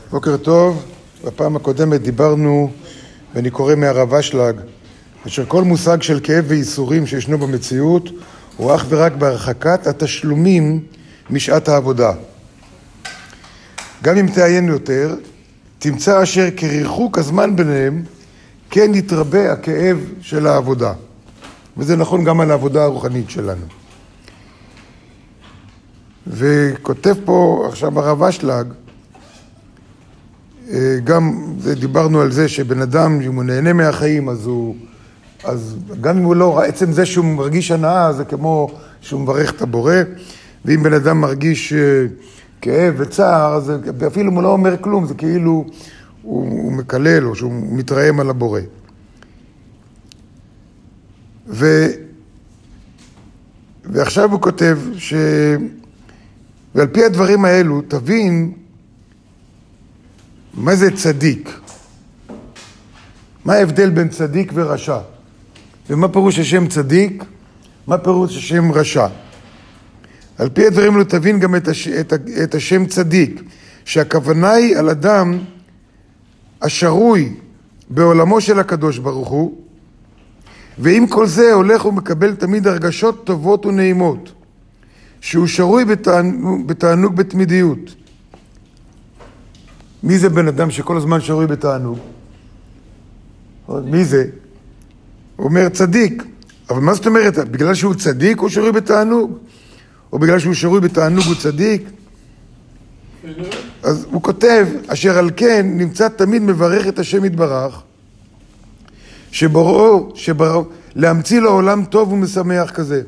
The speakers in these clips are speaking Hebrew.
בוקר טוב. בפעם הקודמת דיברנו, ואני קורא מהרב אשלג, אשר כל מושג של כאב וייסורים שישנו במציאות הוא אך ורק בהרחקת התשלומים משעת העבודה. גם אם תעיין יותר, תמצא אשר כריחוק הזמן ביניהם כן יתרבה הכאב של העבודה. וזה נכון גם על העבודה הרוחנית שלנו. וכותב פה עכשיו הרב אשלג, גם דיברנו על זה שבן אדם, אם הוא נהנה מהחיים, אז גם אם הוא לא, עצם זה שהוא מרגיש הנאה, זה כמו שהוא מברך את הבורא, ואם בן אדם מרגיש כאב וצער, אז אפילו אם הוא לא אומר כלום, זה כאילו הוא מקלל או שהוא מתרעם על הבורא. ועכשיו הוא כותב ועל פי הדברים האלו תבין מה זה צדיק, מה ההבדל בין צדיק ורשע, ומה פירוש השם צדיק, מה פירוש השם רשע. על פי הדברים האלו תבין גם את השם צדיק, שהכוונה היא על אדם השרוי בעולמו של הקדוש ברוך הוא, ועם כל זה הולך ומקבל תמיד הרגשות טובות ונעימות, שהוא שרוי בתענוג בתמידיות. מי זה בן אדם שכל הזמן שרוי בתענוג? מי זה? הוא אומר צדיק. אבל מה זאת אומרת? בגלל שהוא צדיק הוא שרוי בתענוג? או בגלל שהוא שרוי בתענוג הוא צדיק? אז הוא כותב, אשר על כן נמצא תמיד מברך את השם יתברך, שבוראו להמציא לו עולם טוב ומשמח כזה.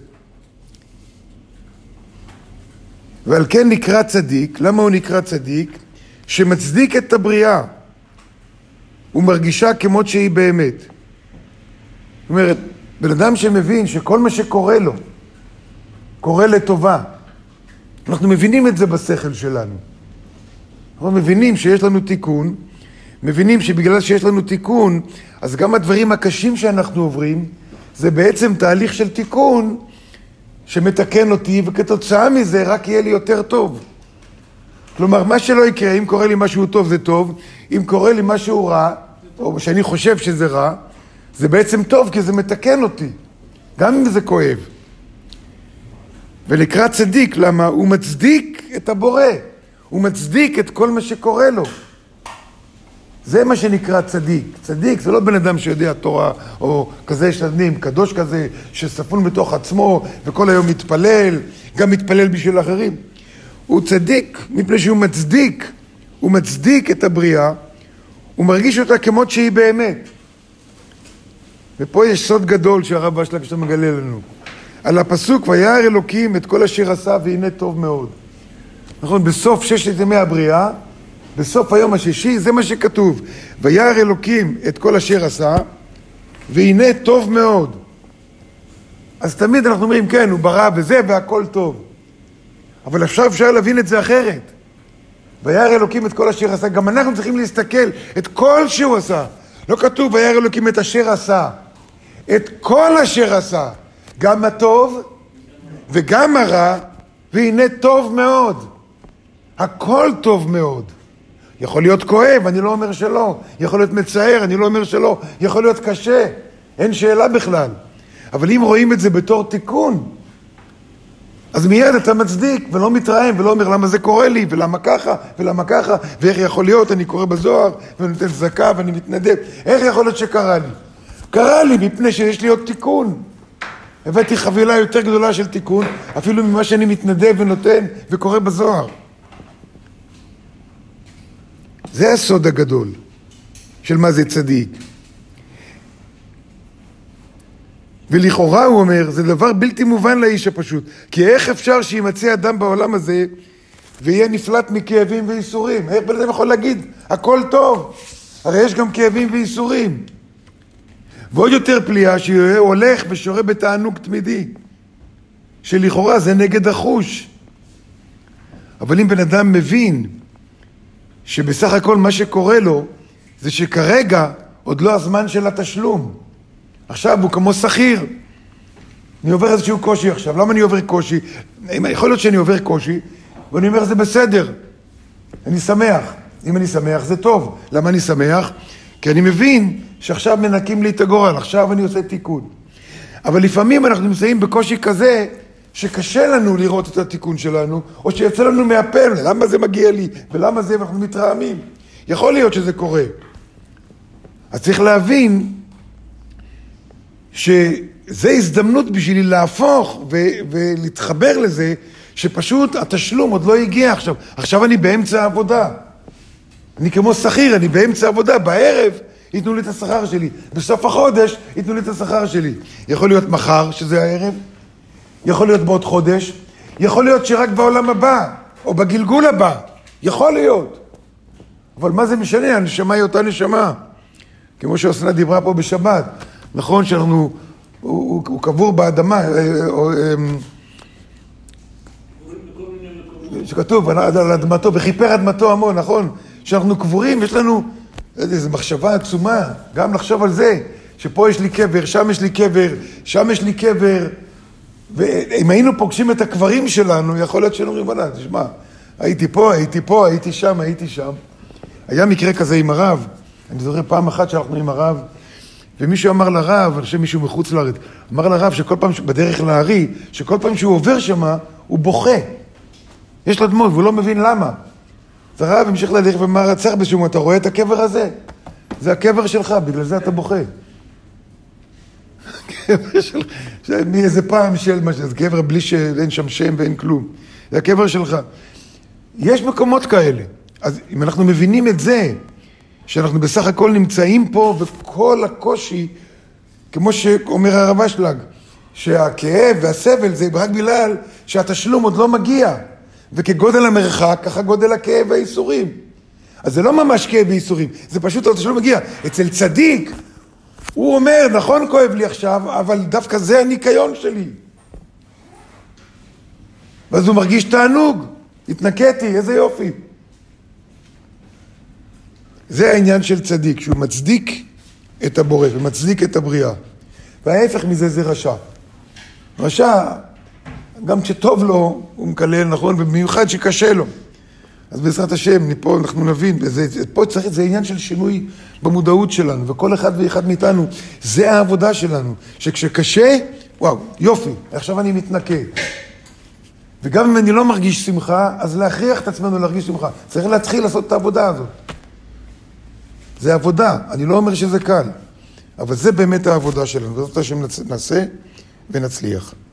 ועל כן נקרא צדיק. למה הוא נקרא צדיק? שמצדיק את הבריאה ומרגישה כמות שהיא באמת. זאת אומרת, בן אדם שמבין שכל מה שקורה לו קורה לטובה, אנחנו מבינים את זה בשכל שלנו. אנחנו מבינים שיש לנו תיקון, מבינים שבגלל שיש לנו תיקון, אז גם הדברים הקשים שאנחנו עוברים, זה בעצם תהליך של תיקון שמתקן אותי, וכתוצאה מזה רק יהיה לי יותר טוב. כלומר, מה שלא יקרה, אם קורה לי משהו טוב זה טוב, אם קורה לי משהו רע, או שאני חושב שזה רע, זה בעצם טוב, כי זה מתקן אותי, גם אם זה כואב. ולקרא צדיק, למה? הוא מצדיק את הבורא, הוא מצדיק את כל מה שקורה לו. זה מה שנקרא צדיק. צדיק זה לא בן אדם שיודע תורה, או כזה שנים, קדוש כזה, שספון בתוך עצמו, וכל היום מתפלל, גם מתפלל בשביל אחרים. הוא צדיק, מפני שהוא מצדיק, הוא מצדיק את הבריאה, הוא מרגיש אותה כמות שהיא באמת. ופה יש סוד גדול שהרב אשלג שאתה מגלה לנו. על הפסוק, וירא אלוקים את כל אשר עשה והנה טוב מאוד. נכון, בסוף 6 ימי הבריאה, בסוף היום השישי, זה מה שכתוב. וירא אלוקים את כל אשר עשה, והנה טוב מאוד. אז תמיד אנחנו אומרים, כן, הוא ברא וזה והכל טוב. אבל אפשר להבין את זה אחרת. וירא אלוקים את כל אשר עשה. גם אנחנו צריכים להסתכל את כל שהוא עשה. לא כתוב וירא אלוקים את אשר עשה. את כל אשר עשה. גם הטוב וגם הרע, והנה טוב מאוד. הכל טוב מאוד. יכול להיות כואב, אני לא אומר שלא. יכול להיות מצער, אני לא אומר שלא. יכול להיות קשה, אין שאלה בכלל. אבל אם רואים את זה בתור תיקון, אז מיד אתה מצדיק ולא מתרעם ולא אומר למה זה קורה לי ולמה ככה ולמה ככה ואיך יכול להיות, אני קורא בזוהר ואני נותן צדקה ואני מתנדב. איך יכול להיות שקרה לי? קרה לי מפני שיש לי עוד תיקון. הבאתי חבילה יותר גדולה של תיקון אפילו ממה שאני מתנדב ונותן וקורא בזוהר. זה הסוד הגדול של מה זה צדיק. ולכאורה הוא אומר, זה דבר בלתי מובן לאיש הפשוט. כי איך אפשר שימצא אדם בעולם הזה ויהיה נפלט מכאבים ואיסורים? איך בן אדם יכול להגיד, הכל טוב? הרי יש גם כאבים ואיסורים. ועוד יותר פליאה שהוא הולך ושורה בתענוג תמידי, שלכאורה זה נגד החוש. אבל אם בן אדם מבין שבסך הכל מה שקורה לו זה שכרגע עוד לא הזמן של התשלום. עכשיו הוא כמו שכיר. אני עובר איזשהו קושי עכשיו. למה אני עובר קושי? יכול להיות שאני עובר קושי, ואני אומר זה בסדר. אני שמח. אם אני שמח זה טוב. למה אני שמח? כי אני מבין שעכשיו מנקים לי את הגורל, עכשיו אני עושה תיקון. אבל לפעמים אנחנו נמצאים בקושי כזה שקשה לנו לראות את התיקון שלנו, או שיצא לנו מהפה, למה זה מגיע לי, ולמה זה, ואנחנו מתרעמים. יכול להיות שזה קורה. אז צריך להבין שזה הזדמנות בשבילי להפוך ולהתחבר לזה, שפשוט התשלום עוד לא הגיע עכשיו. עכשיו אני באמצע העבודה. אני כמו שכיר, אני באמצע העבודה, בערב ייתנו לי את השכר שלי. בסוף החודש ייתנו לי את השכר שלי. יכול להיות מחר, שזה הערב, יכול להיות בעוד חודש, יכול להיות שרק בעולם הבא, או בגלגול הבא. יכול להיות. אבל מה זה משנה? הנשמה היא אותה נשמה. כמו שאוסנה דיברה פה בשבת. נכון שאנחנו, הוא קבור באדמה, שכתוב על אדמתו, וכיפר אדמתו המון, נכון? שאנחנו קבורים, יש לנו איזו מחשבה עצומה, גם לחשוב על זה, שפה יש לי קבר, שם יש לי קבר, שם יש לי קבר, ואם היינו פוגשים את הקברים שלנו, יכול להיות שאנחנו אומרים, תשמע, הייתי פה, הייתי שם. היה מקרה כזה עם הרב, אני זוכר פעם אחת שהלכנו עם הרב, ומישהו אמר לרב, אני חושב מישהו מחוץ לארץ, אמר לרב שכל פעם, בדרך לארי, שכל פעם שהוא עובר שמה, הוא בוכה. יש לו דמות, והוא לא מבין למה. אז הרב המשיך לדרך ואמר, צריך בשום, אתה רואה את הקבר הזה? זה הקבר שלך, בגלל זה אתה בוכה. הקבר שלך, מאיזה פעם של מה שזה, קבר בלי שאין שם שם ואין כלום. זה הקבר שלך. יש מקומות כאלה. אז אם אנחנו מבינים את זה, שאנחנו בסך הכל נמצאים פה, וכל הקושי, כמו שאומר הרב אשלג, שהכאב והסבל זה רק בגלל שהתשלום עוד לא מגיע. וכגודל המרחק, ככה גודל הכאב והאיסורים. אז זה לא ממש כאב ואיסורים, זה פשוט התשלום מגיע. אצל צדיק, הוא אומר, נכון כואב לי עכשיו, אבל דווקא זה הניקיון שלי. ואז הוא מרגיש תענוג, התנקטי, איזה יופי. זה העניין של צדיק, שהוא מצדיק את הבורא ומצדיק את הבריאה. וההפך מזה זה רשע. רשע, גם כשטוב לו, הוא מקלל, נכון, ובמיוחד שקשה לו. אז בעזרת השם, פה אנחנו נבין, פה צריך, זה עניין של שינוי במודעות שלנו, וכל אחד ואחד מאיתנו, זה העבודה שלנו, שכשקשה, וואו, יופי, עכשיו אני מתנקה. וגם אם אני לא מרגיש שמחה, אז להכריח את עצמנו להרגיש שמחה. צריך להתחיל לעשות את העבודה הזאת. זה עבודה, אני לא אומר שזה קל, אבל זה באמת העבודה שלנו, וזאת השם נעשה ונצליח.